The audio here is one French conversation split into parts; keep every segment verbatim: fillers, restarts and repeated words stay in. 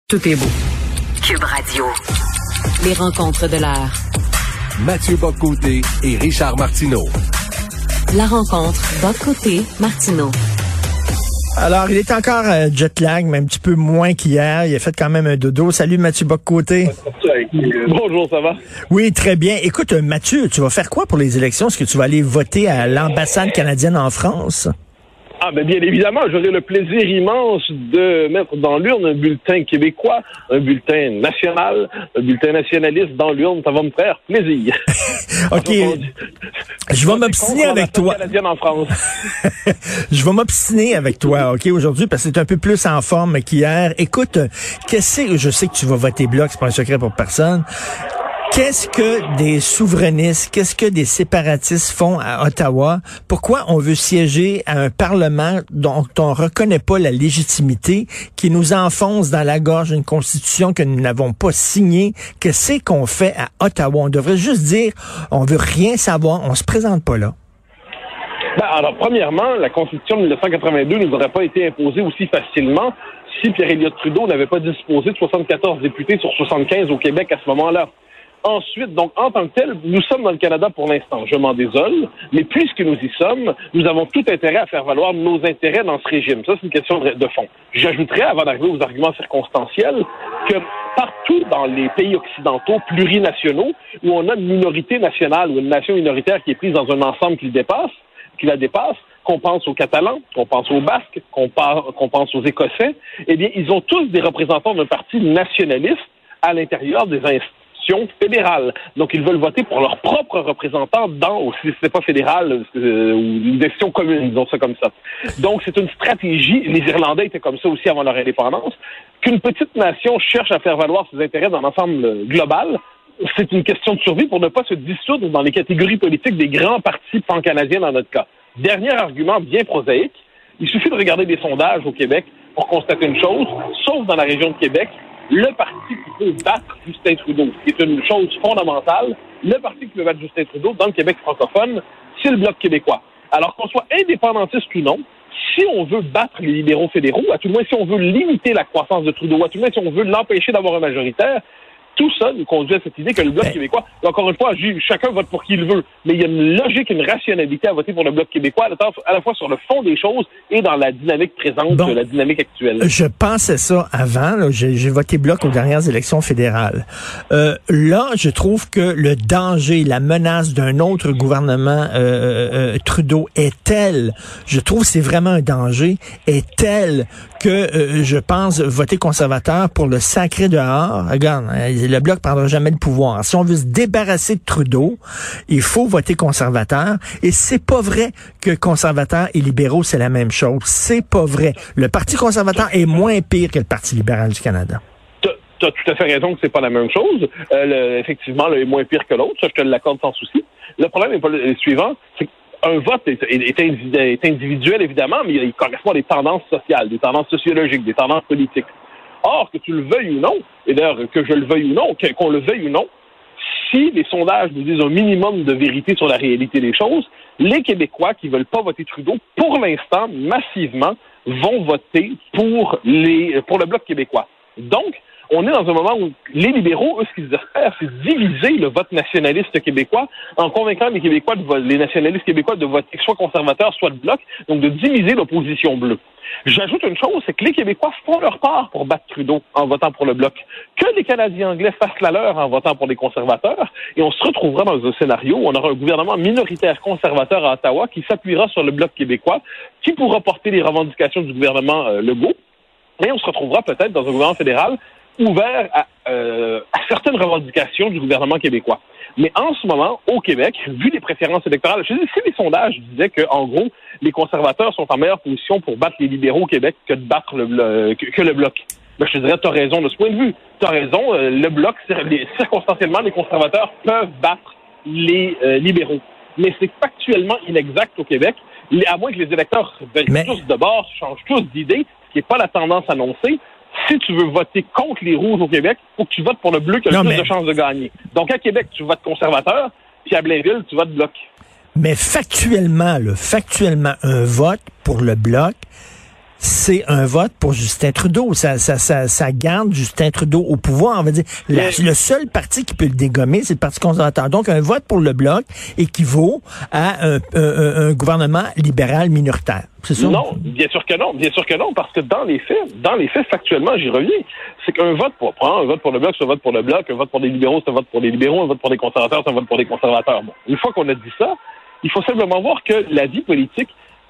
Tout est beau. Cube Radio. Les rencontres de l'heure. Mathieu Bock-Côté et Richard Martineau. La rencontre Bock-Côté-Martineau. Alors, il est encore euh, jet lag, mais un petit peu moins qu'hier. Il a fait quand même un dodo. Salut Mathieu Bock-Côté. Bonjour, ça va? Oui, très bien. Écoute, euh, Mathieu, tu vas faire quoi pour les élections? Est-ce que tu vas aller voter à l'ambassade canadienne en France? Ah, ben bien évidemment, j'aurai le plaisir immense de mettre dans l'urne un bulletin québécois, un bulletin national, un bulletin nationaliste dans l'urne. Ça va me faire plaisir. OK. Je vais m'obstiner avec toi. En France. Je vais m'obstiner avec toi, OK, aujourd'hui, parce que c'est un peu plus en forme qu'hier. Écoute, qu'est-ce que je sais que tu vas voter bloc, c'est pas un secret pour personne. Qu'est-ce que des souverainistes, qu'est-ce que des séparatistes font à Ottawa? Pourquoi on veut siéger à un Parlement dont on reconnaît pas la légitimité, qui nous enfonce dans la gorge une constitution que nous n'avons pas signée? Qu'est-ce qu'on fait à Ottawa? On devrait juste dire, on veut rien savoir, on se présente pas là. Ben, alors, premièrement, la Constitution de dix-neuf cent quatre-vingt-deux ne nous aurait pas été imposée aussi facilement si Pierre-Éliott Trudeau n'avait pas disposé de soixante-quatorze députés sur soixante-quinze au Québec à ce moment-là. Ensuite, donc, en tant que tel, nous sommes dans le Canada pour l'instant. Je m'en désole, mais puisque nous y sommes, nous avons tout intérêt à faire valoir nos intérêts dans ce régime. Ça, c'est une question de, de fond. J'ajouterais, avant d'arriver aux arguments circonstanciels, que partout dans les pays occidentaux plurinationaux, où on a une minorité nationale ou une nation minoritaire qui est prise dans un ensemble qui le dépasse, qui la dépasse, qu'on pense aux Catalans, qu'on pense aux Basques, qu'on, par, qu'on pense aux Écossais, eh bien, ils ont tous des représentants d'un parti nationaliste à l'intérieur des institutions fédérale. Donc, ils veulent voter pour leurs propres représentants dans, ou si c'est pas fédéral, euh, ou une décision commune, disons ça comme ça. Donc, c'est une stratégie, les Irlandais étaient comme ça aussi avant leur indépendance, qu'une petite nation cherche à faire valoir ses intérêts dans l'ensemble global. C'est une question de survie pour ne pas se dissoudre dans les catégories politiques des grands partis pan-canadiens dans notre cas. Dernier argument bien prosaïque, il suffit de regarder des sondages au Québec pour constater une chose, sauf dans la région de Québec, le parti qui peut battre Justin Trudeau, qui est une chose fondamentale, le parti qui peut battre Justin Trudeau dans le Québec francophone, c'est le Bloc québécois. Alors qu'on soit indépendantiste ou non, si on veut battre les libéraux fédéraux, à tout le moins si on veut limiter la croissance de Trudeau, à tout le moins si on veut l'empêcher d'avoir un majoritaire, tout ça nous conduit à cette idée que le Bloc québécois, encore une fois, chacun vote pour qui il veut, mais il y a une logique, une rationalité à voter pour le Bloc québécois, à la fois sur le fond des choses et dans la dynamique présente, bon, de la dynamique actuelle. Je pensais ça avant, là, j'ai, j'ai voté Bloc aux dernières élections fédérales. Euh, là, je trouve que le danger, la menace d'un autre gouvernement euh, euh, Trudeau est telle, je trouve que c'est vraiment un danger, est telle que euh, je pense voter conservateur pour le sacrer dehors. Regarde, le Bloc prendra jamais le pouvoir. Si on veut se débarrasser de Trudeau, il faut voter conservateur. Et c'est pas vrai que conservateurs et libéraux, c'est la même chose. C'est pas vrai. Le Parti conservateur est moins pire que le Parti libéral du Canada. Tu as tout à fait raison que c'est pas la même chose. Euh, le, effectivement, le est moins pire que l'autre. Ça, je te l'accorde sans souci. Le problème est pas le, le suivant, c'est qu'un vote est, est, est, est individuel, évidemment, mais il correspond à des tendances sociales, des tendances sociologiques, des tendances politiques. Or, que tu le veuilles ou non, et d'ailleurs que je le veuille ou non, qu'on le veuille ou non, si les sondages nous disent un minimum de vérité sur la réalité des choses, les Québécois qui veulent pas voter Trudeau, pour l'instant, massivement, vont voter pour les pour le Bloc québécois. Donc, on est dans un moment où les libéraux, eux, ce qu'ils espèrent, c'est diviser le vote nationaliste québécois en convainquant les Québécois, de voter, les nationalistes québécois de voter soit conservateur, soit de Bloc, donc de diviser l'opposition bleue. J'ajoute une chose, c'est que les Québécois font leur part pour battre Trudeau en votant pour le Bloc. Que les Canadiens anglais fassent la leur en votant pour les conservateurs, et on se retrouvera dans un scénario où on aura un gouvernement minoritaire conservateur à Ottawa qui s'appuiera sur le Bloc québécois, qui pourra porter les revendications du gouvernement euh, Legault, et on se retrouvera peut-être dans un gouvernement fédéral ouvert à, euh, à certaines revendications du gouvernement québécois. Mais en ce moment, au Québec, vu les préférences électorales, je dis, si les sondages disaient que, en gros, les conservateurs sont en meilleure position pour battre les libéraux au Québec que de battre le, le que, que le Bloc, ben, je te dirais, tu as raison de ce point de vue. Tu as raison, euh, le Bloc, les, circonstanciellement, les conservateurs peuvent battre les euh, libéraux. Mais c'est factuellement inexact au Québec, à moins que les électeurs veuillent Mais... tous de bord, changent tous d'idée, ce qui n'est pas la tendance annoncée. Si tu veux voter contre les Rouges au Québec, il faut que tu votes pour le Bleu qui a le plus mais... de chances de gagner. Donc, à Québec, tu votes conservateur, puis à Blainville, tu votes Bloc. Mais factuellement, là, factuellement, un vote pour le Bloc, c'est un vote pour Justin Trudeau. Ça, ça, ça, ça garde Justin Trudeau au pouvoir. On va dire, la, le seul parti qui peut le dégommer, c'est le Parti conservateur. Donc, un vote pour le Bloc équivaut à un, un, un gouvernement libéral minoritaire. C'est ça? Non, bien sûr que non, bien sûr que non, parce que dans les faits, dans les faits, factuellement, j'y reviens, c'est qu'un vote pour prendre, un vote pour le Bloc, c'est un vote pour le Bloc, un vote pour les libéraux, c'est un vote pour les libéraux, un vote pour les conservateurs, c'est un vote pour les conservateurs. Bon, une fois qu'on a dit ça, il faut simplement voir que la vie politique,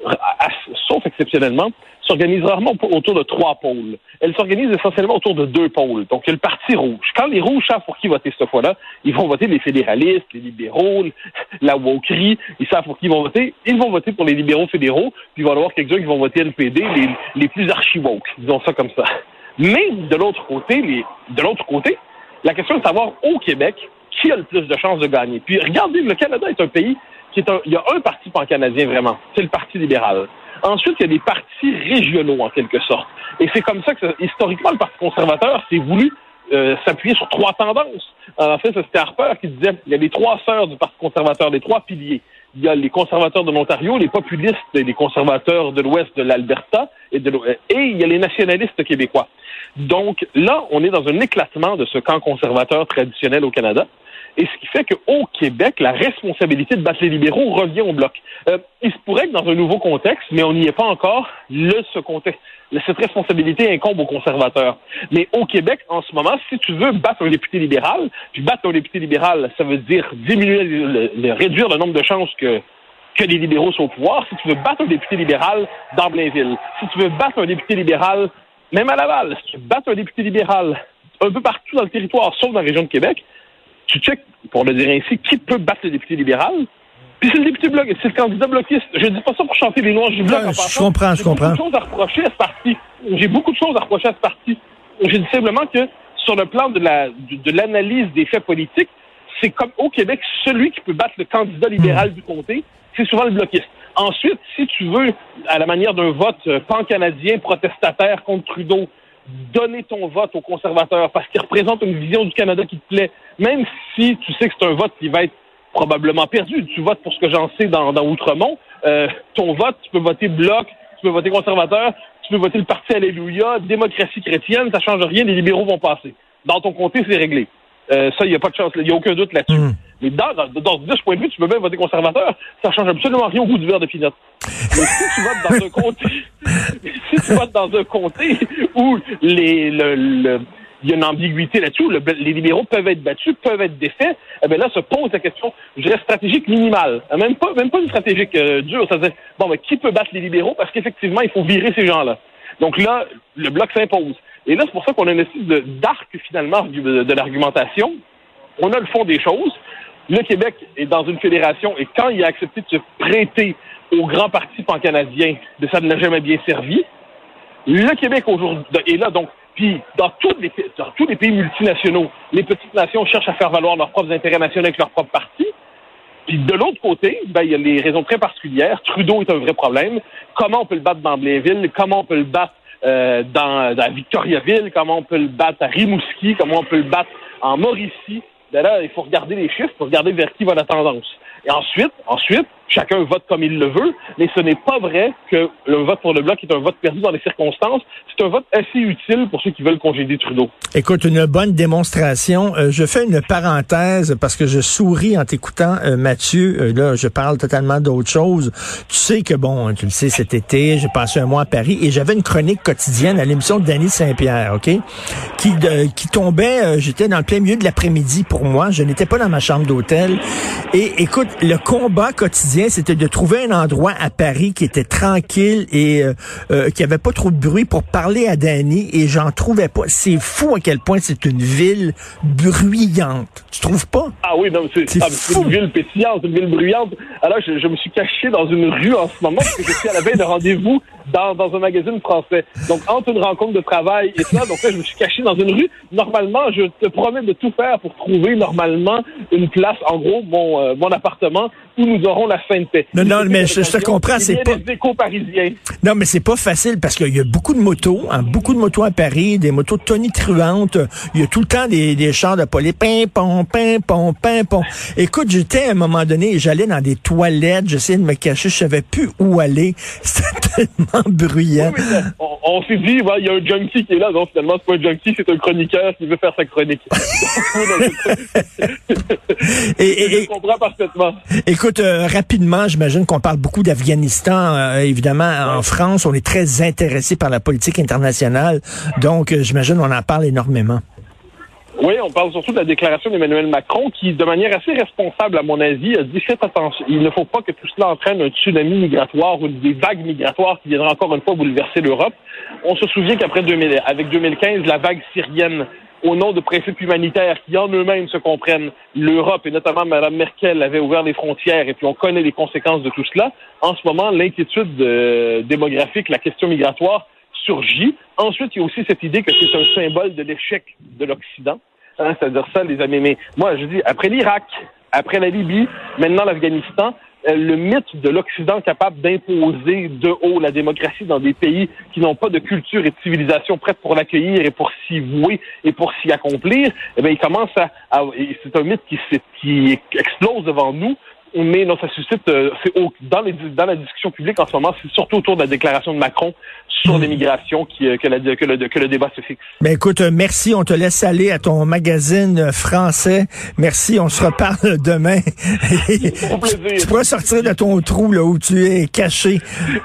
sauf exceptionnellement, s'organise rarement autour de trois pôles. Elle s'organise essentiellement autour de deux pôles. Donc, il y a le Parti rouge. Quand les rouges savent pour qui voter cette fois-là, ils vont voter les fédéralistes, les libéraux, la wokerie. Ils savent pour qui ils vont voter. Ils vont voter pour les libéraux fédéraux, puis il va y avoir quelques-uns qui vont voter N P D, les, les plus archi-woke. Disons ça comme ça. Mais, de l'autre côté, les, de l'autre côté, la question est de savoir, au Québec, qui a le plus de chances de gagner. Puis, regardez, le Canada est un pays qui est un, il y a un parti pan-canadien vraiment, c'est le Parti libéral. Ensuite, il y a des partis régionaux, en quelque sorte. Et c'est comme ça que, ça, historiquement, le Parti conservateur s'est voulu euh, s'appuyer sur trois tendances. En fait, c'était Harper qui disait il y a les trois sœurs du Parti conservateur, les trois piliers. Il y a les conservateurs de l'Ontario, les populistes et les conservateurs de l'Ouest de l'Alberta, et, de, et il y a les nationalistes québécois. Donc là, on est dans un éclatement de ce camp conservateur traditionnel au Canada. Et ce qui fait qu'au Québec, la responsabilité de battre les libéraux revient au Bloc. Euh, il se pourrait que dans un nouveau contexte, mais on n'y est pas encore, le, ce contexte, cette responsabilité incombe aux conservateurs. Mais au Québec, en ce moment, si tu veux battre un député libéral, puis battre un député libéral, ça veut dire diminuer, le, le, réduire le nombre de chances que, que les libéraux soient au pouvoir. Si tu veux battre un député libéral dans Blainville, si tu veux battre un député libéral, même à Laval, si tu veux battre un député libéral un peu partout dans le territoire, sauf dans la région de Québec, tu checkes, pour le dire ainsi, qui peut battre le député libéral. Puis c'est le député bloc, c'est le candidat bloquiste. Je dis pas ça pour chanter les louanges du bloc. Ouais, en je comprends, je comprends. J'ai beaucoup de choses à reprocher à ce parti. J'ai beaucoup de choses à reprocher à ce parti. Je dis simplement que sur le plan de la de, de l'analyse des faits politiques, c'est comme au Québec, celui qui peut battre le candidat libéral mmh. du comté, c'est souvent le bloquiste. Ensuite, si tu veux, à la manière d'un vote pan-canadien protestataire contre Trudeau, donner ton vote aux conservateurs parce qu'ils représentent une vision du Canada qui te plaît, même si tu sais que c'est un vote qui va être probablement perdu. Tu votes pour ce que j'en sais dans, dans Outremont. Euh, ton vote, tu peux voter Bloc, tu peux voter conservateur, tu peux voter le Parti Alléluia, démocratie chrétienne, ça change rien, les libéraux vont passer. Dans ton comté, c'est réglé. Euh, ça, il n'y a pas de chance, il n'y a aucun doute là-dessus. Mmh. Mais dans, dans, dans ce point de vue, tu peux même voter conservateur, ça change absolument rien au goût du verre de pinot. Mais si tu votes dans un comté, si tu votes dans un comté où les, le, le, il y a une ambiguïté là-dessus, où le, les libéraux peuvent être battus, peuvent être défaits, eh bien là se pose la question, je dirais, stratégique minimale. Même pas, même pas une stratégique euh, dure. Ça veut dire, bon, mais qui peut battre les libéraux? Parce qu'effectivement, il faut virer ces gens-là. Donc là, le Bloc s'impose. Et là, c'est pour ça qu'on a une espèce de, d'arc, finalement, de, de l'argumentation. On a le fond des choses. Le Québec est dans une fédération et quand il a accepté de se prêter au grand parti pan-canadien, ça ne l'a jamais bien servi. Le Québec aujourd'hui est là, donc, puis dans tous les dans tous les pays multinationaux, les petites nations cherchent à faire valoir leurs propres intérêts nationaux avec leur propre parti. Puis de l'autre côté, ben il y a les raisons très particulières. Trudeau est un vrai problème. Comment on peut le battre dans Blainville? Comment on peut le battre euh, dans, dans Victoriaville? Comment on peut le battre à Rimouski? Comment on peut le battre en Mauricie? Ben là, il faut regarder les chiffres pour regarder vers qui va la tendance. Et ensuite, ensuite, chacun vote comme il le veut, mais ce n'est pas vrai que le vote pour le Bloc est un vote perdu dans les circonstances. C'est un vote assez utile pour ceux qui veulent congédier Trudeau. Écoute, une bonne démonstration. Euh, je fais une parenthèse parce que je souris en t'écoutant, euh, Mathieu. Euh, là, je parle totalement d'autre chose. Tu sais que, bon, tu le sais, cet été, j'ai passé un mois à Paris et j'avais une chronique quotidienne à l'émission de Danny Saint-Pierre, OK? Qui, de, qui tombait, euh, j'étais dans le plein milieu de l'après-midi pour moi. Je n'étais pas dans ma chambre d'hôtel. Et écoute, le combat quotidien, c'était de trouver un endroit à Paris qui était tranquille et euh, euh, qui avait pas trop de bruit pour parler à Danny, et j'en trouvais pas. C'est fou à quel point c'est une ville bruyante. Tu trouves pas? Ah oui, non, c'est, c'est, ah, c'est une ville pétillante, une ville bruyante. Alors, je, je me suis caché dans une rue en ce moment parce que je suis à la veille de rendez-vous dans, dans un magazine français. Donc, entre une rencontre de travail et ça, donc là, je me suis caché dans une rue. Normalement, je te promets de tout faire pour trouver normalement une place. En gros, mon, euh, mon appartement où nous aurons la fin de paix. Non, non, mais je, je te comprends, c'est pas... des échos parisiens. Non, mais c'est pas facile parce qu'il y a beaucoup de motos, hein, beaucoup de motos à Paris, des motos tonitruantes. Il y a tout le temps des, des chars de police, ping-pong, ping-pong, ping-pong. Écoute, j'étais à un moment donné, j'allais dans des toilettes, j'essayais de me cacher, je savais plus où aller. C'était tellement bruyant. Oui, oui, on, on s'est dit, il bah, y a un junkie qui est là. Non, finalement, c'est pas un junkie, c'est un chroniqueur qui veut faire sa chronique. et, et, je comprends parfaitement. Écoute, euh, rapidement, j'imagine qu'on parle beaucoup d'Afghanistan. Euh, évidemment, ouais. En France, on est très intéressé par la politique internationale. Donc, euh, j'imagine on en parle énormément. Oui, on parle surtout de la déclaration d'Emmanuel Macron qui, de manière assez responsable, à mon avis, a dit faites attention. Il ne faut pas que tout cela entraîne un tsunami migratoire ou des vagues migratoires qui viendraient encore une fois bouleverser l'Europe. On se souvient qu'après deux mille, avec deux mille quinze, la vague syrienne, au nom de principes humanitaires qui en eux-mêmes se comprennent, l'Europe et notamment Mme Merkel avait ouvert les frontières et puis on connaît les conséquences de tout cela. En ce moment, l'inquiétude euh, démographique, la question migratoire surgit. Ensuite, il y a aussi cette idée que c'est un symbole de l'échec de l'Occident. Hein, c'est-à-dire ça, les amis. Mais moi, je dis, après l'Irak, après la Libye, maintenant l'Afghanistan, euh, le mythe de l'Occident capable d'imposer de haut la démocratie dans des pays qui n'ont pas de culture et de civilisation prête pour l'accueillir et pour s'y vouer et pour s'y accomplir, eh bien, il commence à... à c'est un mythe qui, qui explose devant nous. Mais non, ça suscite, euh, c'est au, dans, les, dans la discussion publique en ce moment, c'est surtout autour de la déclaration de Macron sur l'immigration qui, euh, que, la, que, le, que le débat se fixe. Ben écoute, euh, merci, on te laisse aller à ton magazine français. Merci, on se reparle demain. Au plaisir. Tu pourras sortir de ton trou là où tu es caché.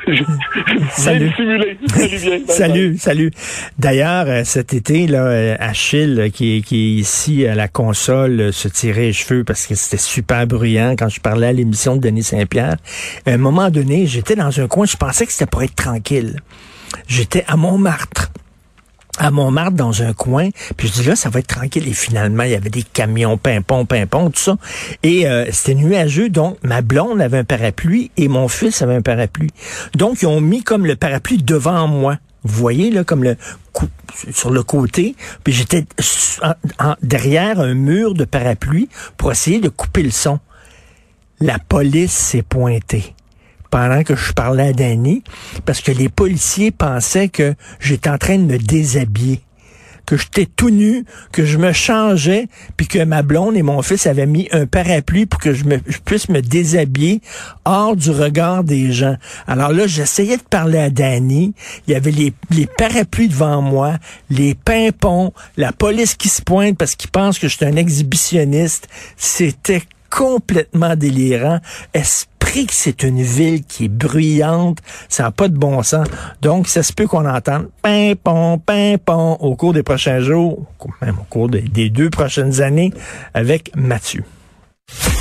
Salut. Salut, bien. Salut, salut. D'ailleurs, euh, cet été, là, Achille, qui est, qui est ici à la console, euh, se tirait les cheveux parce que c'était super bruyant quand je parlais à l'émission de Denis Saint-Pierre. À un moment donné, j'étais dans un coin, je pensais que c'était pour être tranquille. J'étais à Montmartre. À Montmartre, dans un coin, puis je dis là, ça va être tranquille. Et finalement, il y avait des camions, pimpon, pimpon, tout ça. Et euh, c'était nuageux, donc ma blonde avait un parapluie et mon fils avait un parapluie. Donc, ils ont mis comme le parapluie devant moi. Vous voyez, là, comme le cou- sur le côté. Puis j'étais en, en, derrière un mur de parapluie pour essayer de couper le son. La police s'est pointée pendant que je parlais à Danny, parce que les policiers pensaient que j'étais en train de me déshabiller, que j'étais tout nu, que je me changeais, puis que ma blonde et mon fils avaient mis un parapluie pour que je, me, je puisse me déshabiller hors du regard des gens. Alors là, j'essayais de parler à Danny, il y avait les, les parapluies devant moi, les pimpons, la police qui se pointe parce qu'ils pensent que je suis un exhibitionniste. C'était complètement délirant. Esprit que c'est une ville qui est bruyante, ça n'a pas de bon sens. Donc, ça se peut qu'on entende pimpon, pimpon au cours des prochains jours, même au cours des, des deux prochaines années avec Mathieu.